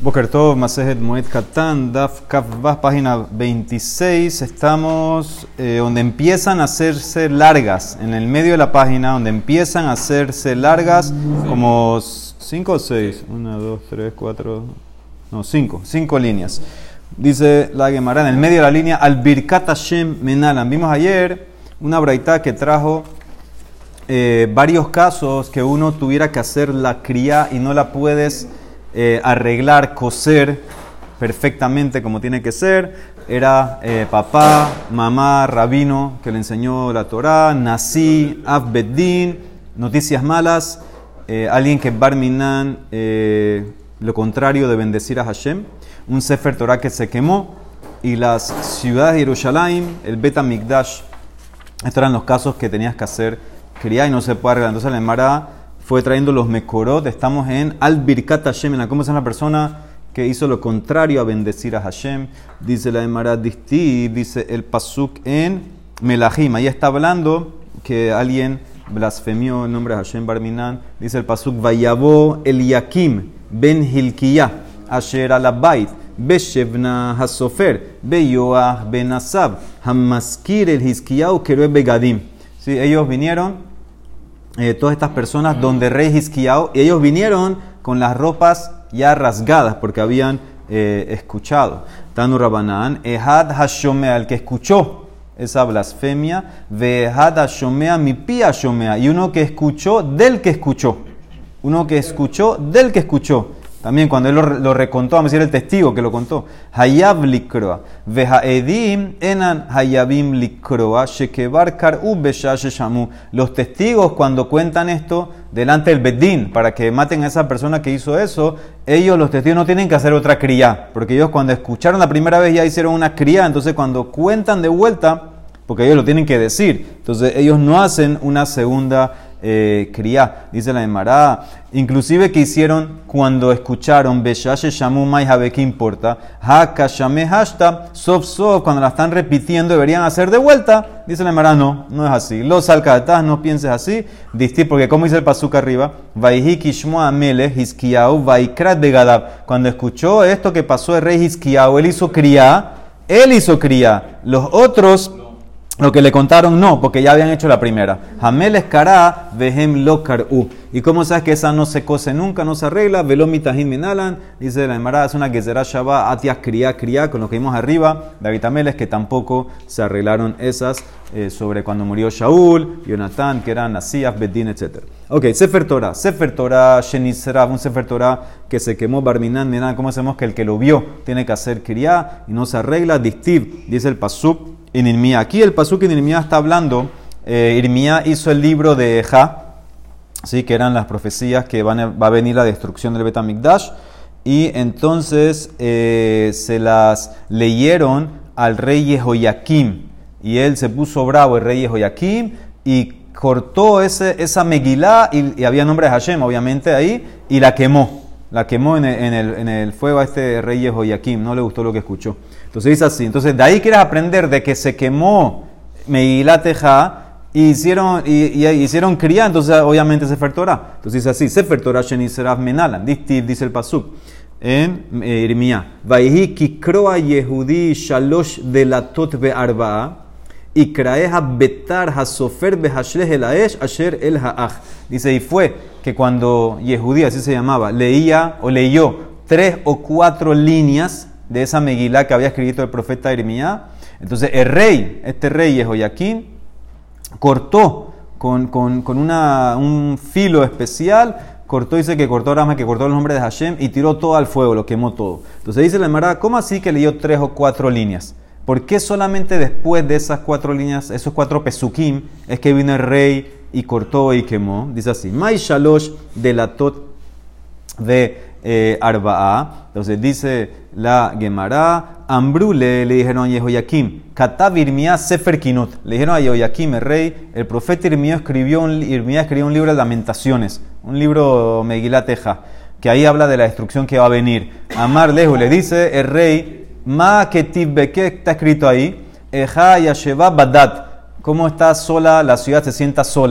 Boker Tov, Masejet Moed Katan, Daf Kaf, página 26. Estamos donde empiezan a hacerse largas, en el medio de la página, donde empiezan a hacerse largas, como 5 o 6. 1, 2, 3, 4, no, 5 líneas. Dice la Gemara, en el medio de la línea, Al Birkat Hashem Menalan. Vimos ayer una braitá que trajo varios casos que uno tuviera que hacer la cría y no la puedes arreglar, coser perfectamente como tiene que ser. Era papá, mamá, rabino que le enseñó la Torá, Nasi, Av Beddin, noticias malas, alguien que Bar Minan, lo contrario de bendecir a Hashem, un Sefer Torah que se quemó y las ciudades de Jerusalén, el Bet HaMikdash. Estos eran los casos que tenías que hacer cría y no se puede arreglar. Entonces la Gemara fue trayendo los Mekorot. Estamos en Al Birkat Hashem, en la cómo es la persona que hizo lo contrario a bendecir a Hashem. Dice la Gemara Distib, dice el Pasuk en Melahim. Ahí está hablando que alguien blasfemió el nombre de Hashem Bar Minan. Dice el Pasuk, Vayabo Eliakim ben Hilkiah, Asher alabait, Beshevna hasofer, Beyoah ben Asab, Hamaskir el Hizkiyahu Kerueb Begadim. Sí, ellos vinieron, todas estas personas, donde rey Hizkiyahu, y ellos vinieron con las ropas ya rasgadas porque habían escuchado. Tanu Rabanán, Ehad Hashomea, el que escuchó esa blasfemia, Vehad Hashomea, mi pía Hashomea, y uno que escuchó del que escuchó. Uno que escuchó del que escuchó. También cuando él lo recontó, vamos a decir el testigo que lo contó. Hayab likroa. Vehaedim enan hayabim likroa. Shekebar kar'u besha sheshamu. Los testigos cuando cuentan esto delante del Beddin, para que maten a esa persona que hizo eso, ellos, los testigos, no tienen que hacer otra cría. Porque ellos cuando escucharon la primera vez ya hicieron una cría. Entonces cuando cuentan de vuelta, porque ellos lo tienen que decir, entonces ellos no hacen una segunda cría. Dice la Gemara, inclusive que hicieron cuando escucharon Beshashe Shamu Mai Habe, ¿qué importa? Haka Shame Hashta, Sof Sof, cuando la están repitiendo deberían hacer de vuelta. Dice la Gemara, no es así. Los alcatas, no pienses así. Distinto, porque como dice el pasuk arriba, Vaihi Kishmoa Mele Hizkiyahu Vaikrat de Gadab. Cuando escuchó esto que pasó el rey Hizkiyahu, él hizo cría. Los otros, lo que le contaron, no, porque ya habían hecho la primera. Hamel escará, vehem lokar'u. ¿Y cómo sabes que esa no se cose nunca, no se arregla? Velo mitahin minalan. Dice la Gemara, es una gezerá shabá, atias cría, con lo que vimos arriba. David Ameles, que tampoco se arreglaron esas sobre cuando murió Shaul, Jonatán, que eran Nasías, Beddin, etc. Ok, Sefer Torah, Shenisrav, un Sefer Torah que se quemó, Barminan, Minan. ¿Cómo sabemos que el que lo vio tiene que hacer cría y no se arregla? Distib, dice el Pasuk. En Irmía. Aquí el pasuk en Irmía está hablando, Irmía hizo el libro de Ejá, ¿sí? Que eran las profecías que va a venir la destrucción del Bet HaMikdash, y entonces se las leyeron al rey Jehoiakim, y él se puso bravo, el rey Jehoiakim, y cortó esa Megilá, y había nombre de Hashem, obviamente, ahí, y la quemó. La quemó en el fuego a este rey Jehoiakim, no le gustó lo que escuchó. Entonces dice así, entonces de ahí quieres aprender de que se quemó Megilat Ejá y hicieron cría, entonces obviamente Sefer Torah. Entonces dice así, Sefer Torah Shenisrav Menalan, dice el pasuk en Irmía, Vaihi Kikroa Yehudi Shalosh Delatot Be'arba'a Ikraeha Betar Hasofer Behashleh Elaesh Asher El Ha'ach. Dice, y fue que cuando Yehudí, así se llamaba, leyó 3 o 4 líneas de esa Megilá que había escrito el profeta Irmía, entonces este rey Jehoiakim, cortó con un filo especial, dice que cortó el nombre de Hashem y tiró todo al fuego, lo quemó todo. Entonces dice la Gemara, ¿cómo así que leyó 3 o 4 líneas? ¿Por qué solamente después de esas 4 líneas, esos 4 pesukim, es que vino el rey y cortó y quemó? Dice así, Mai Shalosh de la Tot de Arba'a. Entonces dice la Gemara, Ambrule, le dijeron a Jehoiakim, Katav Irmía Sefer Kinot. Le dijeron a Jehoiakim, el rey, el profeta Irmía escribió un libro de lamentaciones, un libro Megilat Ejá, que ahí habla de la destrucción que va a venir. Amar Lehu, le dice el rey, Ma Ketib, ¿qué está escrito ahí? Ejá Yasheva Badat. ¿Cómo está sola? La ciudad se sienta sola.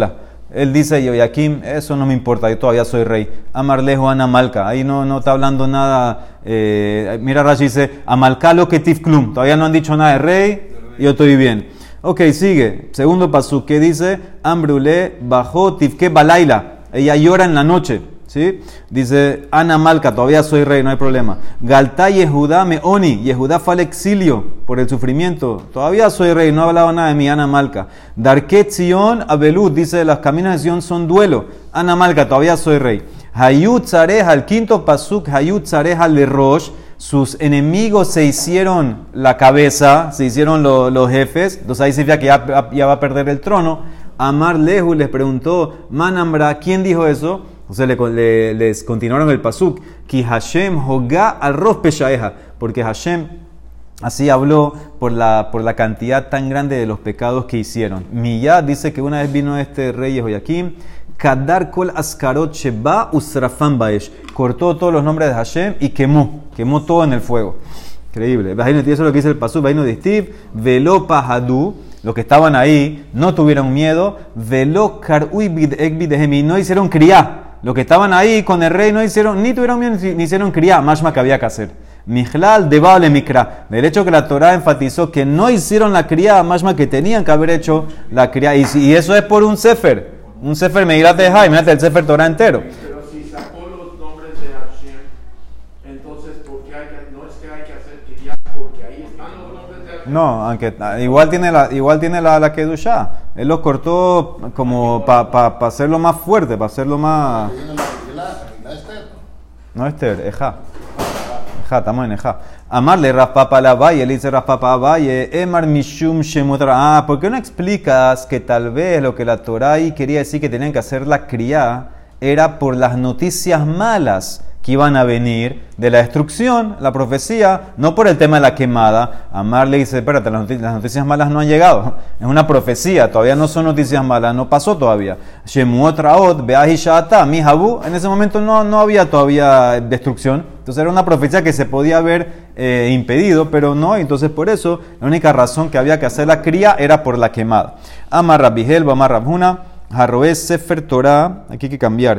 Él dice, Yoyakim, eso no me importa, yo todavía soy rey. Amarlejo Ana Malca, ahí no está hablando nada. Mira, Rashi dice, Amalca lo que tifklum, todavía no han dicho nada de rey, yo estoy bien. Ok, sigue. Segundo pasuk, que dice, Ambrule bajó tifke balaila, ella llora en la noche. ¿Sí? Dice, Ana Malca, todavía soy rey, no hay problema. Galtá Yehudá Meoni, Yehudá fue al exilio por el sufrimiento. Todavía soy rey, no ha hablado nada de mi Ana Malca. Darket Sion Abelud, dice, las caminos de Sion son duelo. Ana Malca, todavía soy rey. Hayut Zareja, el quinto pasuk, Hayut Zareja le Rosh, sus enemigos se hicieron la cabeza, se hicieron los jefes. Entonces ahí significa que ya va a perder el trono. Amar Lehu les preguntó, Manambra, ¿quién dijo eso? Entonces les continuaron el pasuk, Ki Hashem hoga al ros peshaeja, porque Hashem así habló por la cantidad tan grande de los pecados que hicieron. Miyad dice que una vez vino este rey Jehoiakim, Kadar kol askarot sheba usrafan baesh, cortó todos los nombres de Hashem y quemó todo en el fuego. Increíble. Eso es lo que dice el pasuk, Vainu de Steve, velo pahadu. Los que estaban ahí no tuvieron miedo, velo karui bidehemi, no hicieron criá. Los que estaban ahí con el rey ni tuvieron miedo ni hicieron criá, mashma que había que hacer. Mijlal debale mikra. Del hecho que la Torah enfatizó que no hicieron la criá, mashma que tenían que haber hecho la criá. Y eso es por un sefer Megilat Ejá, imagínate el sefer Torah entero. Pero si sacó los nombres de Hashem, entonces ¿por qué no es que hay que hacer criá? Porque ahí están los nombres de Hashem. No, aunque igual tiene la Kedushá. Él los cortó como para hacerlo más fuerte, para hacerlo más... No Esther, Ejá. Estamos en Ejá. Amarle Raspapa la Valle, él dice Raspapa Valle, Emar Mishum Shemutra. ¿Por qué no explicas que tal vez lo que la Torah ahí quería decir que tenían que hacer la criá era por las noticias malas que iban a venir de la destrucción, la profecía, no por el tema de la quemada? Amar le dice, espérate, las noticias malas no han llegado, es una profecía, todavía no son noticias malas, no pasó todavía. Shemuot Raot, Beahi Sha'ata, Mi Habu, en ese momento no había todavía destrucción, entonces era una profecía que se podía haber impedido, pero no, entonces por eso la única razón que había que hacer la cría era por la quemada. Amar Rabbi Helba, Amar Rabhuna, Harroes Sefer Torah, aquí hay que cambiar,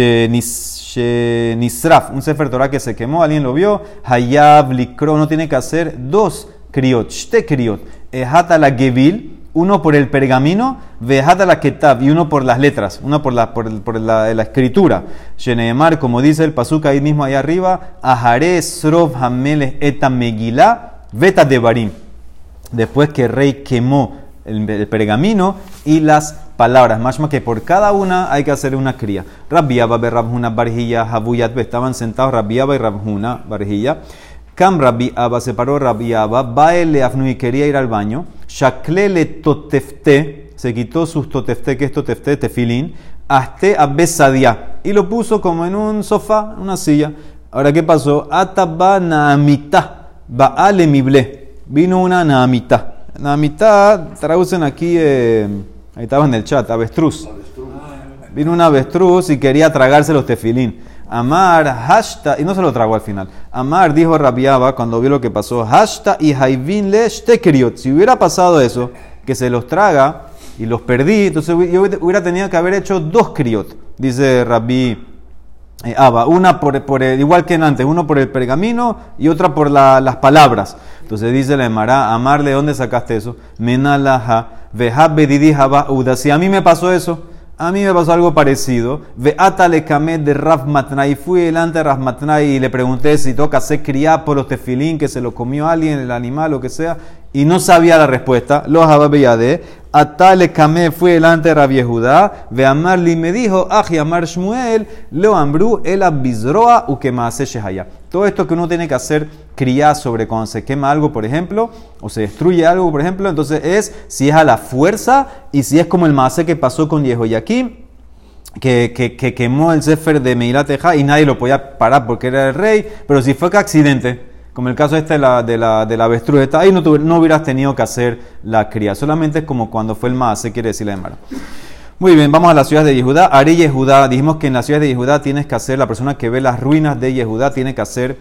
Nisraf, un Sefer Torah que se quemó, alguien lo vio, Hayab Likro, no tiene que hacer dos kriot, shte kriot, Ejata la Gevil, uno por el pergamino, Vejata la Ketab, y uno por las letras, uno por la escritura. Sheneemar, como dice el pasuk ahí mismo, ahí arriba, Ahare Srov Hamelech Eta Megilá, Veta Devarim. Después que el rey quemó el pergamino y las palabras, más que por cada una hay que hacer una cría. Rabbi Abba be Rabhuna Barjilla Habuyat, estaban sentados Rabbi Abba y Rabhuna Barjilla. Cam Rabbi Abba, se paró Rabbi Abba, Baele Afnu y quería ir al baño. Shaklele Totefte, se quitó sus Totefte, que es Totefte, tefilín, Aste Abesadia, y lo puso como en un sofá, una silla. Ahora, ¿qué pasó? Ataba Naamita, Baale Mible, vino una Naamita. Naamita, traducen aquí, ahí estaba en el chat, avestruz. Vino un avestruz y quería tragarse los tefilín. Amar, hashta, y no se lo tragó al final. Amar, dijo Rabbi Abba cuando vio lo que pasó, hashta y haivin le shtekeriot. Si hubiera pasado eso, que se los traga y los perdí, entonces yo hubiera tenido que haber hecho dos kriot, dice Rabbi Abba. Una por el, igual que en antes, uno por el pergamino y otra por las palabras. Entonces dice la Emara, Amar, ¿de dónde sacaste eso? Menalaha, vehab bedidi haba uda. Si a mí me pasó eso, a mí me pasó algo parecido. Ve'ata le kamed de Rav Matnai. Fui delante de Rav Matnai y le pregunté si toca hacer criar por los tefilín, que se lo comió alguien, el animal, lo que sea. Y no sabía la respuesta. Los ababeyade. Ata le kamed, fui delante de Rav Yehudá. Ve'amarli, me dijo, Aji Amar Shmuel, lo ambru el abizroa ukemase shehaya. Todo esto que uno tiene que hacer criar sobre cuando se quema algo, por ejemplo, o se destruye algo, por ejemplo, entonces es si es a la fuerza y si es como el maasé que pasó con Yehoyakim, que quemó el sefer de Megilat Ejá y nadie lo podía parar porque era el rey, pero si fue que accidente, como el caso este de la avestruz, ahí no hubieras tenido que hacer la cría, solamente es como cuando fue el maasé, quiere decir la Emara. Muy bien, vamos a las ciudades de Yehudá. Are Yehudá, dijimos que en las ciudades de Yehudá tienes que hacer, la persona que ve las ruinas de Yehudá tiene que hacer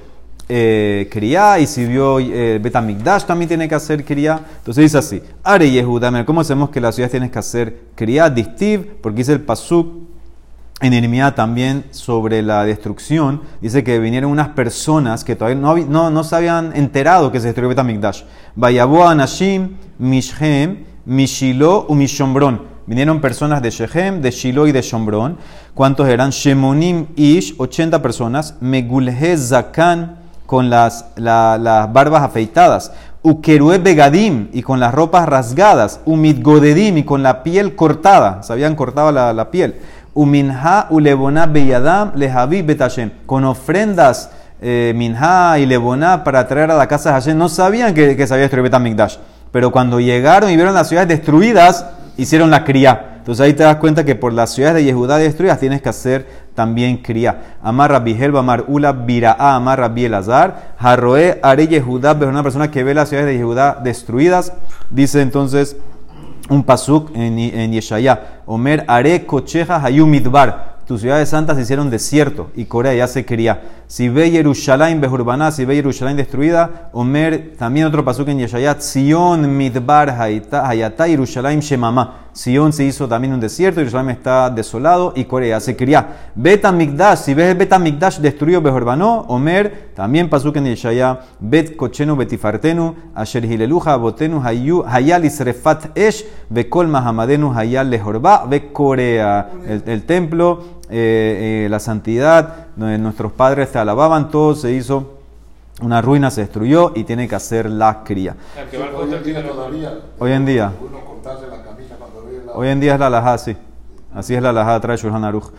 criá, y si vio Betamigdash también tiene que hacer criá. Entonces dice así, Are Yehuda, mira, ¿cómo sabemos que las ciudades tienen que hacer criá? Distiv, porque dice el pasuk en Jeremías también sobre la destrucción, dice que vinieron unas personas que todavía no se habían enterado que se destruyó Betamigdash. Vayabo Anashim, Mishhem, Mishilo u Mishombrón. Vinieron personas de Shechem, de Shiloh y de Shombrón. ¿Cuántos eran? Shemonim Ish, 80 personas. Megulhe Zakan, con las barbas afeitadas. Ukerue Begadim, y con las ropas rasgadas. Umidgodedim, y con la piel cortada. Se habían cortado la piel. Uminha uleboná beyadam lehavi betashem. Con ofrendas minha y leboná para traer a la casa de Hashem. No sabían que se había destruido Betamigdash. Pero cuando llegaron y vieron las ciudades destruidas, hicieron la cría. Entonces ahí te das cuenta que por las ciudades de Yehudá destruidas tienes que hacer también cría. Amar Rabbi Helba, Amar Ula, Bira'a, Amar Rabbi Elazar, Harroe, Are Yehudá, es una persona que ve las ciudades de Yehudá destruidas. Dice entonces un pasuk en Yeshaya, Omer, Are Kocheja, Hayum Midbar. Tus ciudades santas se hicieron desierto y Corea ya se cría. Si ve Jerusalén Behurbaná, si ve Jerusalén destruida, Omer, también otro pasuk en Yeshayat, Sion Midbar Hayatá Jerusalén Shemamá. Sion se hizo también un desierto, Jerusalén está desolado y Corea se cría. Betamigdash, si ves el Betamigdash destruido Behurbanó, Omer, también pasuk en Yeshayat, Bet Kochenu Betifartenu, Asher Hileluja Botenu Hayal Isrefat Esh, Bekol Mahamadenu Hayal Lehorba, Be Corea, el templo. La santidad, donde nuestros padres te alababan, todo se hizo una ruina, se destruyó y tiene que hacer la cría. Hoy en día es la alajá, sí. Así es la alajá, trae Shulchan Aruch.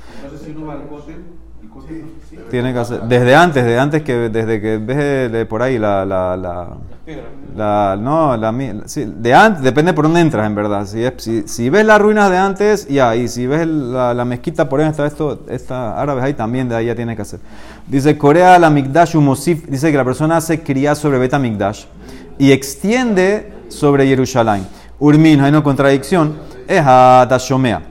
Tiene que hacer, desde que ves por ahí de antes, depende por dónde entras en verdad. Si ves las ruinas de antes, ya, y si ves la mezquita por ahí, esta árabes ahí también, de ahí ya tiene que hacer. Dice, Corea la Mikdash Umosif, dice que la persona hace cría sobre Betamigdash y extiende sobre Jerusalén. Urmin, hay una contradicción, es Shomea.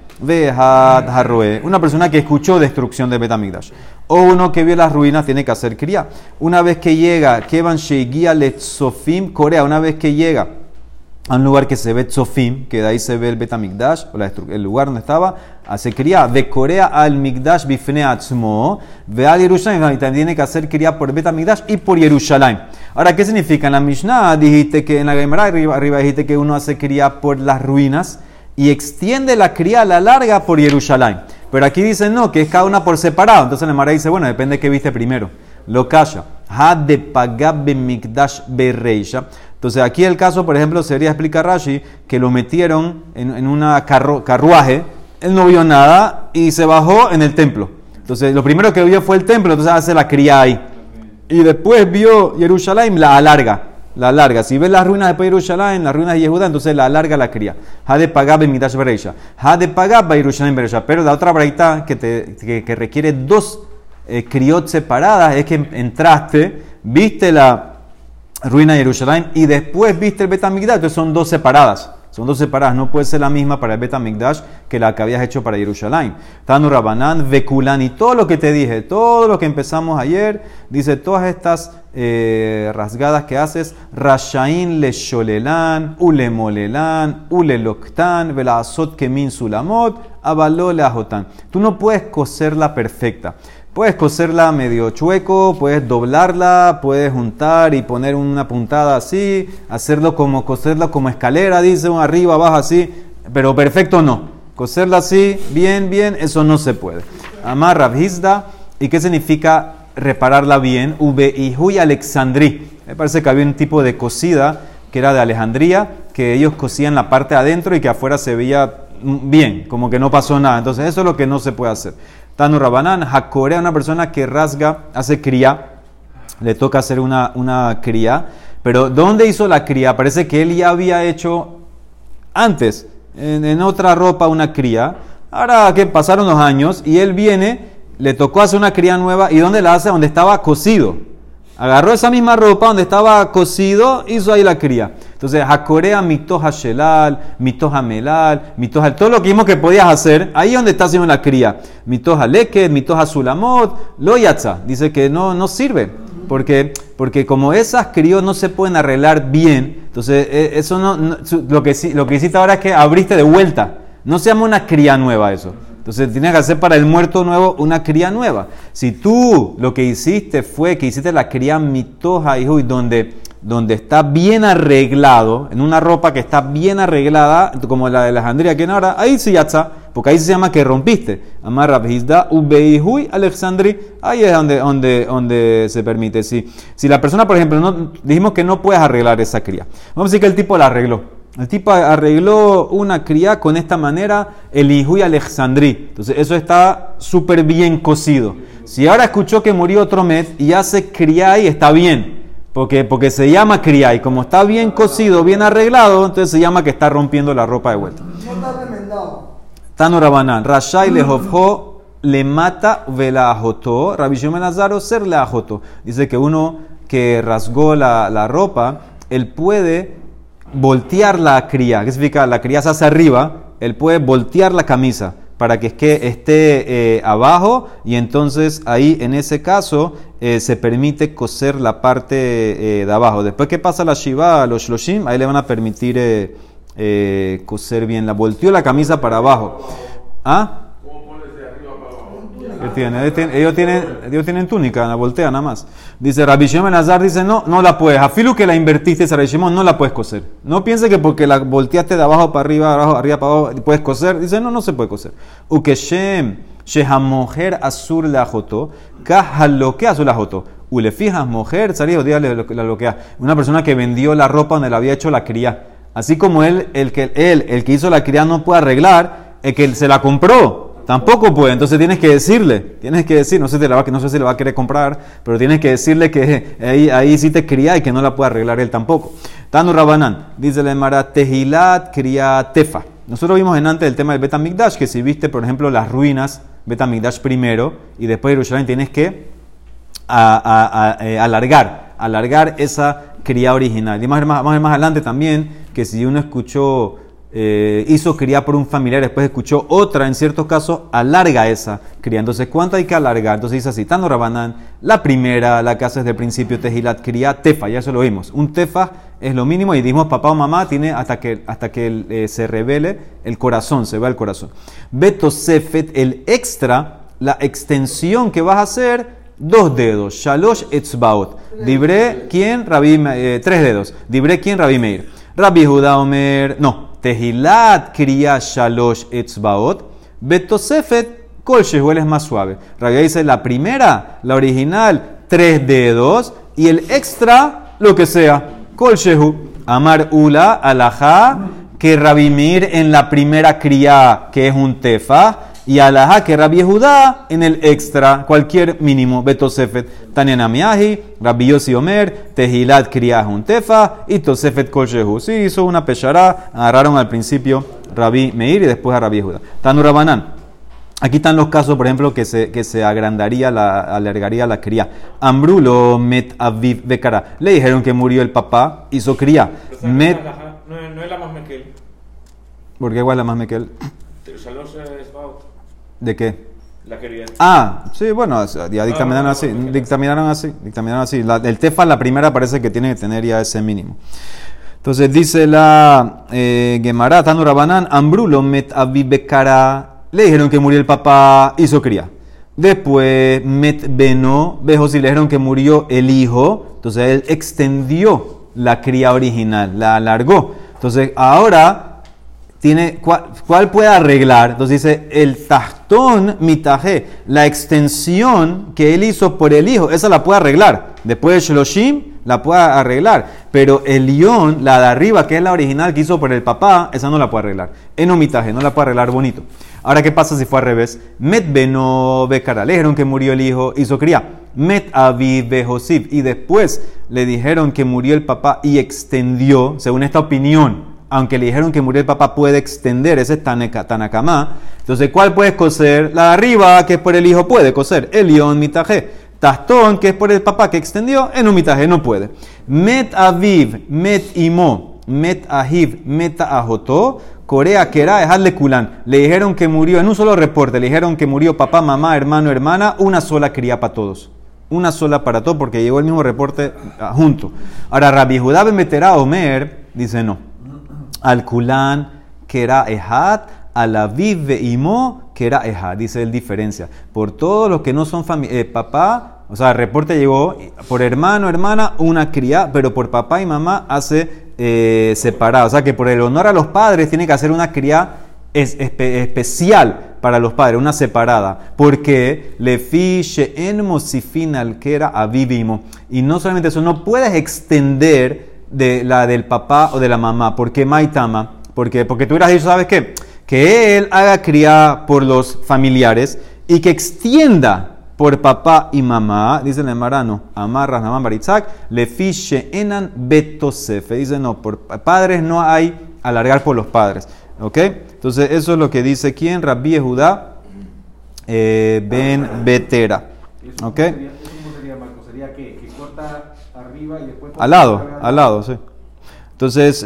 Vejat Harroe, una persona que escuchó destrucción de Betamigdash, o uno que vio las ruinas tiene que hacer cría. Una vez que llega, Kevan Sheigia Letzofim, Corea, una vez que llega a un lugar que se ve Tzofim, que de ahí se ve el Betamigdash, el lugar donde estaba, hace cría. De Corea al Migdash Bifne Atzmo, ve al Jerusalén, y también tiene que hacer cría por Betamigdash y por Jerusalén. Ahora, ¿qué significa? En la Mishnah dijiste que, en la Gemara arriba dijiste que uno hace cría por las ruinas y extiende la cría a la larga por Jerusalén. Pero aquí dicen no, que es cada una por separado. Entonces la Gemara dice, bueno, depende de qué viste primero. Lo calla. Ha de pagab be mikdash bereisha. Entonces aquí el caso, por ejemplo, sería, explica Rashi, que lo metieron en una carruaje, él no vio nada y se bajó en el templo. Entonces lo primero que vio fue el templo, entonces hace la cría ahí. Y después vio Jerusalén, la alarga. Si ves las ruinas de Jerusalén, las ruinas de Yehudá, entonces la alarga la cría. Ha de pagar Mikdash Bereisha. Ha de pagar Jerusalén Bereisha. Pero la otra braita que requiere dos criot separadas es que entraste, viste la ruina de Jerusalén y después viste el Betamigdash. Entonces son dos separadas. No puede ser la misma para el Betamigdash que la que habías hecho para Jerusalén. Tanu Rabanán, Vekulan y todo lo que te dije, todo lo que empezamos ayer, dice todas estas rasgadas que haces, Rashain le sholelan, ule molelan, ule loktan, velazot kemin sulamot, avaló le ajotan. Tú no puedes coserla perfecta. Puedes coserla medio chueco, puedes doblarla, puedes juntar y poner una puntada así, coserla como escalera, dice, arriba, abajo así, pero perfecto no. Coserla así, bien, eso no se puede. Amar Rav Hizda, ¿y qué significa repararla bien? Ube y Huy Alexandrí. Me parece que había un tipo de cosida que era de Alejandría, que ellos cosían la parte de adentro y que afuera se veía bien, como que no pasó nada. Entonces eso es lo que no se puede hacer. Tanu Rabanán, Hakorea, una persona que rasga, hace cría, le toca hacer una cría, pero ¿dónde hizo la cría? Parece que él ya había hecho antes, en otra ropa, una cría. Ahora que pasaron los años y él viene, le tocó hacer una cría nueva, ¿y dónde la hace? Donde estaba cosido. Agarró esa misma ropa donde estaba cosido, hizo ahí la cría. Entonces, Hakorea, mitoja shelal, mitoja melal, mitoja, todo lo que vimos que podías hacer, ahí donde está haciendo la cría. Mitoja leket, mitoja sulamot, lo yatza. Dice que no sirve, porque Porque como esas críos no se pueden arreglar bien, entonces eso lo que hiciste ahora es que abriste de vuelta. No se llama una cría nueva eso. Entonces tienes que hacer para el muerto nuevo una cría nueva. Si tú lo que hiciste fue que hiciste la cría mitoja, hijo, y donde está bien arreglado, en una ropa que está bien arreglada, como la de Alejandría que ahora, ahí sí ya está, porque ahí se llama que rompiste. Amar Rabhizda, Ubeihui, Alexandri, ahí es donde se permite. Si la persona, por ejemplo, dijimos que no puedes arreglar esa cría. Vamos a decir que el tipo la arregló. El tipo arregló una cría con esta manera, el Ihui Alexandri. Entonces eso está súper bien cocido. Si ahora escuchó que murió otro met y hace cría y está bien. Porque se llama cría y como está bien cocido, bien arreglado, entonces se llama que está rompiendo la ropa de vuelta. No está remendado. Tano Rabanán, Rashai lehofjo le mata velajotó, Rabbi Shimon Lazaro ser leajotó. Dice que uno que rasgó la ropa, él puede voltear la cría. ¿Qué significa? La cría se hace arriba, él puede voltear la camisa para que esté abajo y entonces ahí en ese caso se permite coser la parte de abajo. Después que pasa la shiva, los shloshim, ahí le van a permitir coser bien. La volteó la camisa para abajo. ¿Ah? ¿Cómo pones de arriba para abajo? Ellos tienen túnica, la voltea nada más. Dice Rabbi Shimon Azar, dice no la puedes. Afilu que la invertiste, Rabbi Shimon, no la puedes coser. No piense que porque la volteaste de abajo para arriba, arriba para abajo, puedes coser. Dice no se puede coser. Ukeshem shehamoher asur leajoto, kahalokea su leajoto. Le fijas, mujer, salí, dígale la loquea. Una persona que vendió la ropa donde le había hecho la cría. Así como el que hizo la cría no puede arreglar, el que se la compró tampoco puede. Entonces tienes que decir, no sé si le va a querer comprar, pero tienes que decirle que ahí sí te cría y que no la puede arreglar él tampoco. Tanu Rabanán, dice la Emara, Tehilat cría tefa. Nosotros vimos antes el tema del Bet HaMikdash, que si viste, por ejemplo, las ruinas, Bet HaMikdash primero, y después de Jerusalén tienes que alargar esa cría original. Y más adelante también, que si uno escuchó, hizo cría por un familiar, después escuchó otra, en ciertos casos, alarga esa cría. Entonces, ¿cuánto hay que alargar? Entonces dice así, Tano Rabanán, la primera, la que hace desde el principio, Tehilat cría tefa, ya eso lo vimos. Un tefa es lo mínimo y dijimos papá o mamá tiene hasta que se revele el corazón, se vea el corazón. Beto Sefet, el extra, la extensión que vas a hacer, 2 dedos, Shalosh Etzbaot. Dibre, ¿quién? 3 dedos. Dibre, ¿quién? Rabbi Meir. Rabbi Judá Omer, no. Tehilat Kriya Shalosh Etzbaot. Betosefet, Kol Shehuel es más suave. Rabbi dice la primera, la original, 3 dedos. Y el extra, lo que sea. Kol Shehu. Amar Ula, Alajá, que Rabbi Meir en la primera Kriya, que es un tefa. Y alajá que Rabbi Judá en el extra, cualquier mínimo, Betosefet, Tanya Namiahi, Rabbi Yossi Omer, Tehilat Kriyah un tefa, y Tosefet Kol Shehu. Sí, hizo una peshara, agarraron al principio Rabbi Meir y después a Rabbi Judá. Tanu Rabanán. Aquí están los casos, por ejemplo, que se alargaría la cría. Ambrulo met aviv bekara. Le dijeron que murió el papá, hizo cría. No es la más mequel. ¿Por qué igual la más mequel? ¿De qué? La quería. Sí, bueno, ya dictaminaron así. El tefa, la primera, parece que tiene que tener ya ese mínimo. Entonces dice la Gemara, Tanu Rabanán, Ambrulo met avibekara. Le dijeron que murió el papá, hizo cría. Después, met beno, Bejosi, le dijeron que murió el hijo. Entonces él extendió la cría original, la alargó. Entonces ahora tiene, ¿cuál puede arreglar? Entonces dice, el tachtón mitaje, la extensión que él hizo por el hijo, esa la puede arreglar. Después de Shloshim, la puede arreglar. Pero el lión, la de arriba, que es la original que hizo por el papá, esa no la puede arreglar. Enomitaje, no la puede arreglar bonito. Ahora, ¿qué pasa si fue al revés? Met beno bekara, le dijeron que murió el hijo, hizo cría. Met aviv behosiv, y después le dijeron que murió el papá y extendió, según esta opinión. Aunque le dijeron que murió el papá, puede extender, ese es Tanakamá. Entonces, ¿cuál puedes coser? La de arriba, que es por el hijo, puede coser. Elión, mitaje. Tastón, que es por el papá que extendió, en un mitaje no puede. Met aviv, met imo, met ahiv, met ajotó, Corea Kera, dejadle culán. Le dijeron que murió, en un solo reporte, le dijeron que murió papá, mamá, hermano, hermana, una sola cría para todos. Una sola para todo porque llegó el mismo reporte junto. Ahora, Rabbi Judá ben Betera Omer dice no. Al Kulán que era Ehad, al Aviv Veimo que era Ehad. Dice él diferencia. Por todos los que no son papá, o sea, el reporte llegó por hermano, hermana, una cría, pero por papá y mamá hace separado. O sea, que por el honor a los padres tiene que hacer una cría especial para los padres, una separada, porque le fiche en mosifin al que era avivimo. Y no solamente eso, no puedes extender de la del papá o de la mamá, porque maitama, porque tú hubieras dicho, ¿sabes qué? Que él haga cría por los familiares y que extienda por papá y mamá, dice el Emarano, amarras naman baritzak, le fiche enan betosefe, dice no, por padres no hay alargar por los padres. ¿Ok? Entonces, eso es lo que dice ¿quién? Rabbi Judá ben Betera. ¿Ok? ¿Eso cómo sería, Marco? ¿Sería que corta arriba y después... Al lado, sí. Entonces,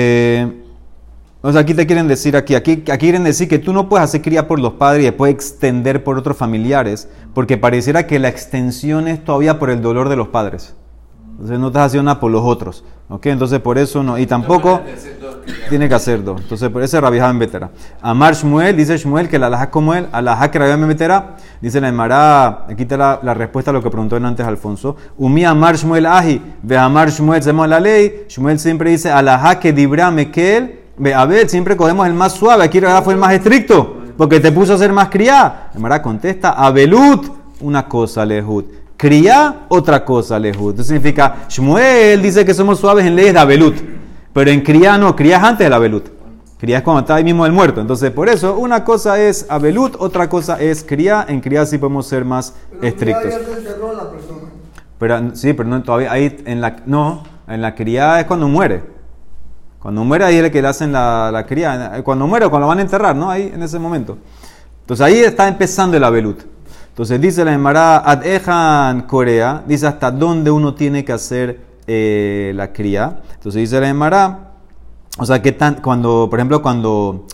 o sea, aquí te quieren decir, aquí quieren decir que tú no puedes hacer cría por los padres y después extender por otros familiares, porque pareciera que la extensión es todavía por el dolor de los padres. Entonces, no estás haciendo nada por los otros. ¿Ok? Entonces, por eso no. Y tampoco... Tiene que hacer dos. Entonces, por ese Rabbi Ben Betera. Amar Shmuel, dice Shmuel que la alajá como él, alajá que Rabbi Ben Betera, dice la Emara, aquí está la respuesta a lo que preguntó antes Alfonso. Umi Amar Shmuel aji, ve Amar Shmuel, hacemos la ley. Shmuel siempre dice alajá que dibra mekel, ve Abel, siempre cogemos el más suave. Aquí Rabbi fue el más estricto, porque te puso a ser más criá. Emara contesta, Abelut, una cosa, lehut. Criá, otra cosa, lehut. Eso significa, Shmuel dice que somos suaves en leyes de Abelut. Pero en cría no, cría es antes de la abelut. Cría es cuando está ahí mismo el muerto. Entonces, por eso, una cosa es abelut, otra cosa es cría. En cría sí podemos ser más estrictos. Pero ya se enterró a la persona. Pero, sí, pero no, todavía ahí, en la cría es cuando muere. Cuando muere ahí es el que le hacen la cría. Cuando muere o cuando lo van a enterrar, ¿no? Ahí, en ese momento. Entonces, ahí está empezando el abelut. Entonces, dice la Gemara, ad ejan Corea, dice hasta dónde uno tiene que hacer la cría. Entonces dice la Gemara, o sea, cuando, por ejemplo, cuando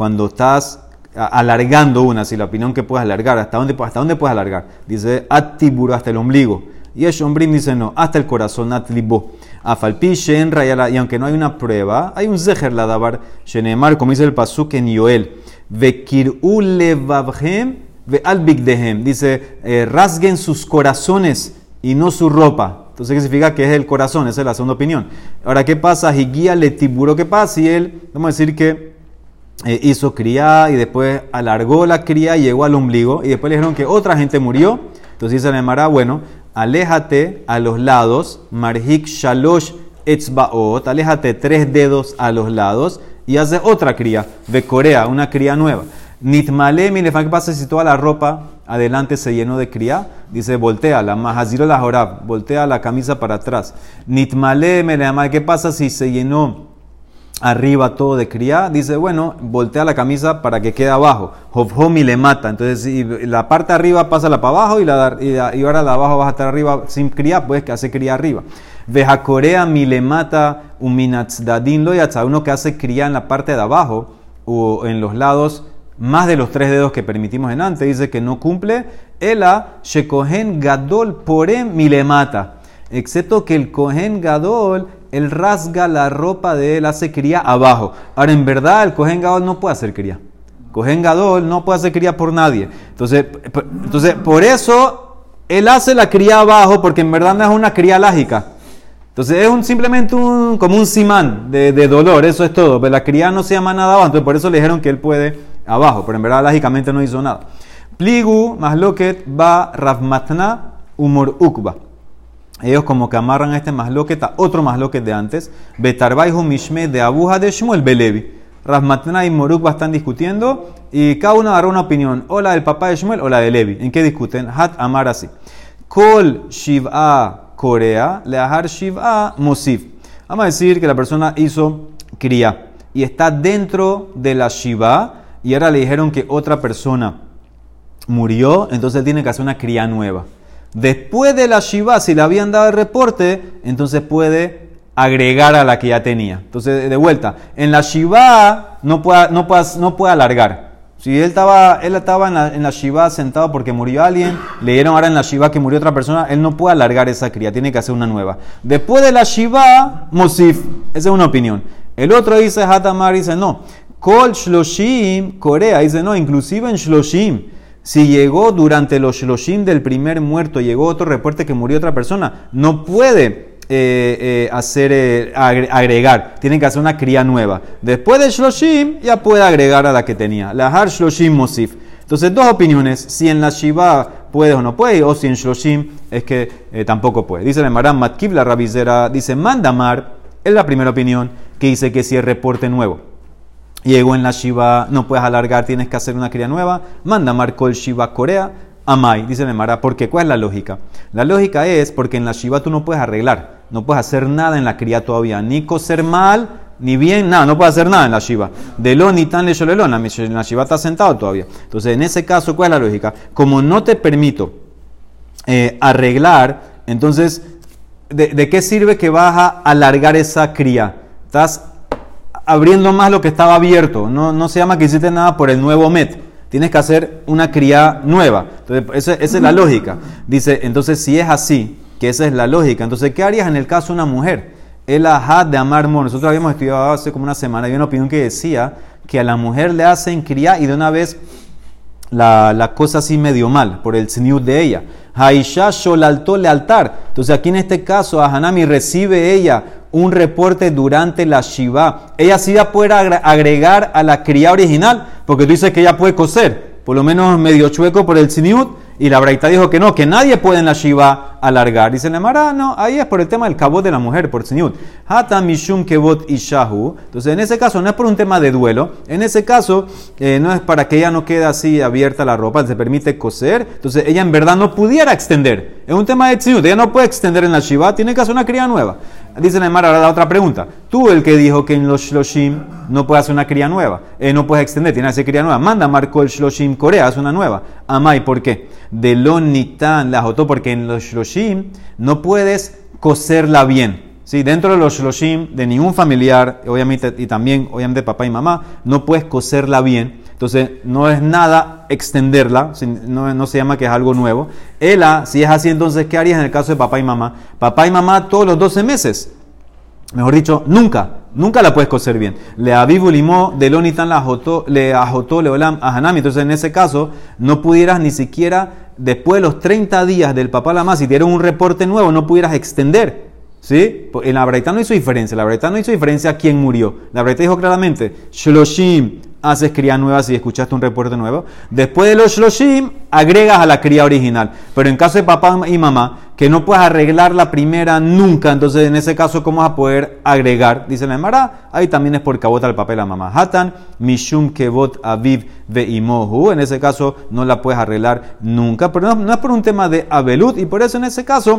estás alargando una, si la opinión que puedes alargar, ¿hasta dónde puedes alargar? Dice, atiburo, hasta el ombligo. Y el shombrim dice, no, hasta el corazón, atlibo. Afalpi, shenra, y aunque no hay una prueba, hay un zeher la dabar, shenemar, como dice el pasuk en Yoel, vekir'u levavhem ve albigdehem. Dice, rasguen sus corazones y no su ropa. Entonces, ¿qué significa? Que es el corazón, esa es la segunda opinión. Ahora, ¿qué pasa? Higuía le tiburó, ¿qué pasa? Si él, vamos a decir que hizo cría y después alargó la cría y llegó al ombligo y después le dijeron que otra gente murió. Entonces dice la Gemara, bueno, aléjate a los lados, marhik shalosh etzbaot, aléjate 3 dedos a los lados y hace otra cría, de Corea, una cría nueva. Nitmale milefan, ¿qué pasa si toda la ropa adelante se llenó de cría? Dice, voltea la mahaziro la jorab, voltea la camisa para atrás. Nitmale milefan, ¿qué pasa si se llenó arriba todo de cría? Dice, bueno, voltea la camisa para que quede abajo. Hovhomi le mata. Entonces, si la parte de arriba pásala para abajo y ahora la de abajo vas a estar arriba sin cría, pues que hace cría arriba. Veja Corea mi le mata uminatzadin lo yatza, uno que hace cría en la parte de abajo o en los lados, más de los 3 dedos que permitimos en antes, dice que no cumple. Ela shekohen gadol porem milemata, excepto que el kohen gadol, él rasga la ropa de él, hace cría abajo. Ahora, en verdad, el kohen gadol no puede hacer cría. Kohen gadol no puede hacer cría por nadie. Entonces, por eso, él hace la cría abajo, porque en verdad no es una cría lágica. Entonces, es simplemente como un simán de dolor, eso es todo. Pero la cría no se llama nada abajo, entonces por eso le dijeron que él puede abajo, pero en verdad lógicamente no hizo nada. Pligu, masloket, ba, ravmatna, humor ukba. Ellos como que amarran a este masloket a otro masloket de antes. Betarbaihu mishme de abuja de Shmuel Belevi. Ravmatna y Morukba están discutiendo y cada uno agarró una opinión, o la del papá de Shmuel o la de Levi. ¿En qué discuten? Hat amar así. Kol shiv'a Corea, leahar shiv'a mosif. Vamos a decir que la persona hizo cría y está dentro de la shiv'a. Y ahora le dijeron que otra persona murió, entonces él tiene que hacer una cría nueva. Después de la Shiva, si le habían dado el reporte, entonces puede agregar a la que ya tenía. Entonces, de vuelta, en la Shiva no puede alargar. Si él estaba en la shiva sentado porque murió alguien, le dieron ahora en la shiva que murió otra persona, él no puede alargar esa cría, tiene que hacer una nueva. Después de la shiva, mosif. Esa es una opinión. El otro dice, Hatamar dice, no. Kol shloshim, Corea, dice, no, inclusive en shloshim. Si llegó durante los shloshim del primer muerto, llegó otro reporte que murió otra persona, no puede agregar, tienen que hacer una cría nueva. Después de shloshim ya puede agregar a la que tenía. Lahar shloshim mosif. Entonces dos opiniones, si en la shiva puede o no puede, o si en shloshim es que tampoco puede. Dice la Emara Matkiv, la rabizera, dice Mandamar, es la primera opinión que dice que si es reporte nuevo llegó en la shiva, no puedes alargar, tienes que hacer una cría nueva. Mandamar kol shiva Corea Amai, dice la Emara, porque ¿cuál es la lógica? La lógica es porque en la shiva tú no puedes arreglar, no puedes hacer nada en la cría todavía, ni coser mal, ni bien, nada, no puedes hacer nada en la shiva. De lo ni tan le sholelona, en la shiva está sentado todavía. Entonces, en ese caso, ¿cuál es la lógica? Como no te permito arreglar, entonces, ¿de qué sirve que vas a alargar esa cría? Estás abriendo más lo que estaba abierto, no se llama que hiciste nada por el nuevo met. Tienes que hacer una cría nueva. Entonces, esa es la lógica. Dice, entonces, si es así, que esa es la lógica, entonces, ¿qué harías en el caso de una mujer? El ajad de amar mor. Nosotros habíamos estudiado hace como una semana, había una opinión que decía que a la mujer le hacen cría y de una vez la cosa así medio mal, por el tzniut de ella. Haisha sholaltó lealtar. Entonces, aquí en este caso, a Hanami recibe ella un reporte durante la shiva. Ella sí va a poder agregar a la cría original, porque tú dices que ella puede coser, por lo menos medio chueco por el tzniut, y la braita dijo que no, que nadie puede en la shiva alargar. Dice la Emara, no, ahí es por el tema del kabot de la mujer, por tzniut. Hata mishum kebot ishahu. Entonces, en ese caso, no es por un tema de duelo, en ese caso, no es para que ella no quede así abierta la ropa, se permite coser, entonces ella en verdad no pudiera extender. Es un tema de tzniut, ella no puede extender en la shiva, tiene que hacer una cría nueva. Dice la Emara, ahora la otra pregunta. Tú, el que dijo que en los shloshim no puede hacer una cría nueva, no puedes extender, tiene que hacer cría nueva. Manda, marcó el shloshim Corea, hace una nueva. Amai, ¿por qué? De lo nitan la jotó, porque en los shloshim no puedes coserla bien. ¿Sí? Dentro de los shloshim de ningún familiar, obviamente, y también, obviamente, papá y mamá, no puedes coserla bien. Entonces, no es nada extenderla, no se llama que es algo nuevo. Ela, si es así, entonces, ¿qué harías en el caso de papá y mamá? Papá y mamá todos los 12 meses. Mejor dicho, nunca la puedes coser bien. Le avivu limó de lonitan le ajotó le olam a Hanami. Entonces, en ese caso, no pudieras ni siquiera, después de los 30 días del papá y la mamá, si dieron un reporte nuevo, no pudieras extender. ¿Sí? En la braita no hizo diferencia. La braita no hizo diferencia a quién murió. La braita dijo claramente, shloshim, haces cría nueva si escuchaste un reporte nuevo. Después de los shloshim, agregas a la cría original. Pero en caso de papá y mamá, que no puedes arreglar la primera nunca, entonces en ese caso, ¿cómo vas a poder agregar? Dice la Emara, ahí también es por cabot al papá y la mamá. Hatan, mishum kebot aviv veimohu. En ese caso, no la puedes arreglar nunca. Pero no es por un tema de abelut, y por eso en ese caso,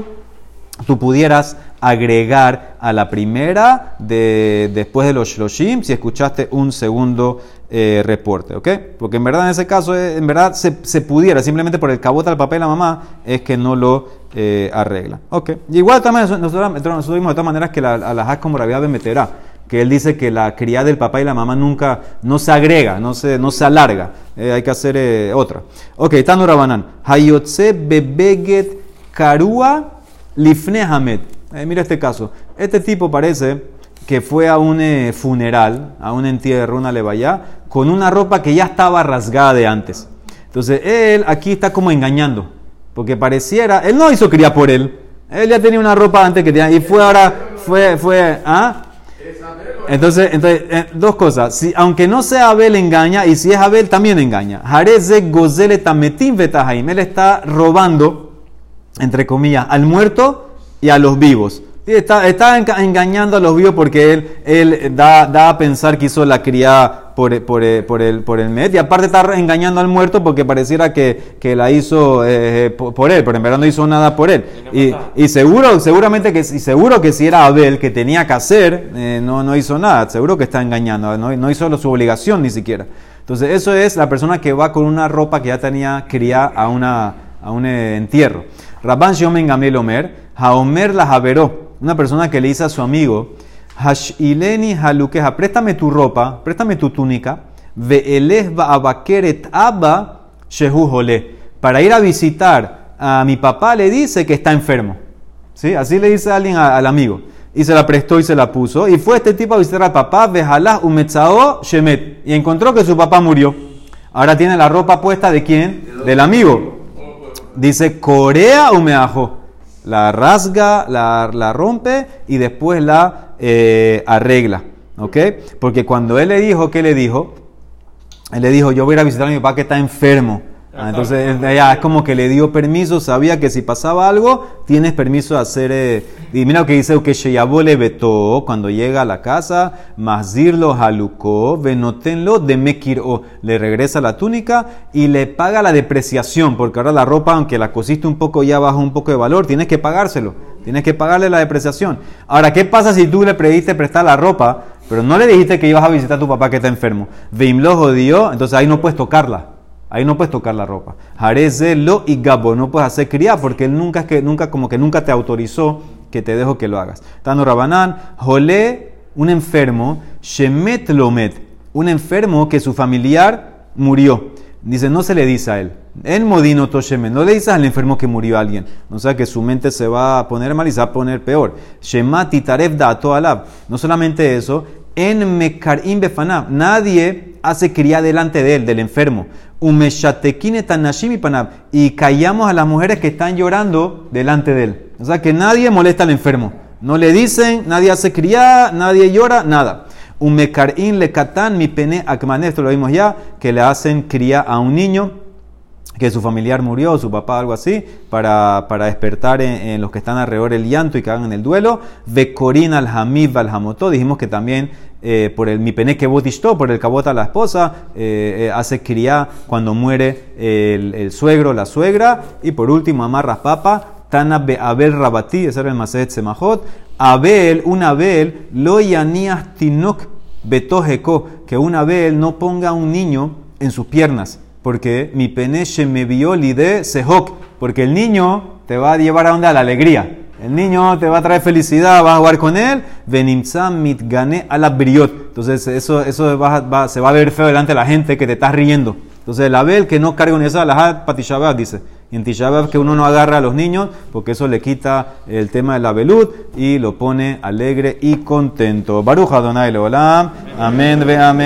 tú pudieras agregar a la primera después de los shloshim si escuchaste un segundo reporte, ¿ok? Porque en verdad en ese caso, en verdad se pudiera, simplemente por el cabot al papá y la mamá, es que no lo arregla, ¿ok? Y igual también nosotros vimos de todas maneras que a la haz como Rabbi Ben Meterá, que él dice que la cría del papá y la mamá nunca, no se agrega, no se alarga, hay que hacer otra. Ok, Tanu Rabanan, Hayotze bebeget karua Lifne Hamed. Mira este caso. Este tipo parece que fue a un funeral, a un entierro, una levaya, con una ropa que ya estaba rasgada de antes. Entonces, él aquí está como engañando, porque pareciera, él no hizo cría por él. Él ya tenía una ropa antes que tenía, y ¿ah? Entonces, dos cosas. Si, aunque no sea Abel, engaña, y si es Abel, también engaña. Jareze gozele tametim vetahaim. Él está robando, entre comillas, al muerto y a los vivos. Está engañando a los vivos porque él da a pensar que hizo la cría por el Met, y aparte está engañando al muerto porque pareciera que la hizo por él, pero en verdad no hizo nada por él. Y seguramente que si era Abel que tenía que hacer, no hizo nada, seguro que está engañando, no hizo su obligación ni siquiera. Entonces eso es la persona que va con una ropa que ya tenía cría a un entierro. Rabban Shiomen Gamliel Omer, Haomer la Javeró, una persona que le dice a su amigo, Hashileni Halukeja, préstame tu ropa, préstame tu túnica, ve'eleh ba'abakeret abba shehu jole. Para ir a visitar a mi papá le dice que está enfermo. ¿Sí? Así le dice alguien al amigo. Y se la prestó y se la puso. Y fue este tipo a visitar al papá, vejalá umetzao shemet. Y encontró que su papá murió. Ahora tiene la ropa puesta ¿de quién? Del amigo. Dice, corea umeajo. La rasga, la rompe y después la arregla. ¿Ok? Porque cuando él le dijo, ¿qué le dijo? Él le dijo, yo voy a ir a visitar a mi papá que está enfermo. Entonces ya es como que le dio permiso, sabía que si pasaba algo, tienes permiso de hacer... y mira lo que dice, que Sheyabole Beto, cuando llega a la casa, Mazirlo Haluko, Venotenlo de Mekiro, le regresa la túnica y le paga la depreciación, porque ahora la ropa, aunque la cosiste un poco, ya baja un poco de valor, tienes que pagárselo, tienes que pagarle la depreciación. Ahora, ¿qué pasa si tú le pediste prestar la ropa, pero no le dijiste que ibas a visitar a tu papá que está enfermo? Veimlo jodió, entonces ahí no puedes tocarla. Ahí no puedes tocar la ropa. Jareze lo y gabo, no puedes hacer cría porque él nunca te autorizó que te dejo que lo hagas. Tano Rabanán, jolé, un enfermo, shemet lomet, un enfermo que su familiar murió. Dice, no se le dice a él. El modino toshemet, no le dices al enfermo que murió a alguien. O sea que su mente se va a poner mal y se va a poner peor. Shemati taref da'ato alab. No solamente eso, en mekarim befanab, nadie hace cría delante de él, del enfermo. Umeshatekine tanashim y panab, y callamos a las mujeres que están llorando delante de él. O sea que nadie molesta al enfermo. No le dicen, nadie hace cría, nadie llora, nada. Umekarin le katan mi pene akmané, esto lo vimos ya, que le hacen cría a un niño que su familiar murió, su papá, algo así, para despertar en los que están alrededor el llanto y que hagan el duelo. Vekorin al hamid al hamotó, dijimos que también por el mipene que botistó, por el cabota a la esposa, hace criá cuando muere el suegro, la suegra. Y por último, amarras papa, tana be'abel rabati, ese era el maset semajot. Abel, un Abel, lo yanías tinok betojeko, que un Abel no ponga a un niño en sus piernas. Porque mi pene me vio de sehok, porque el niño te va a llevar a donde, a la alegría. El niño te va a traer felicidad, vas a jugar con él. Venimsa mitgane a la briot. Entonces eso se va a ver feo delante de la gente que te estás riendo. Entonces el Abel que no carga un esa la patishabab dice. Y en Tishabab que uno no agarra a los niños porque eso le quita el tema de la velud y lo pone alegre y contento. Baruch Adonai Leolam. Amén ve amén.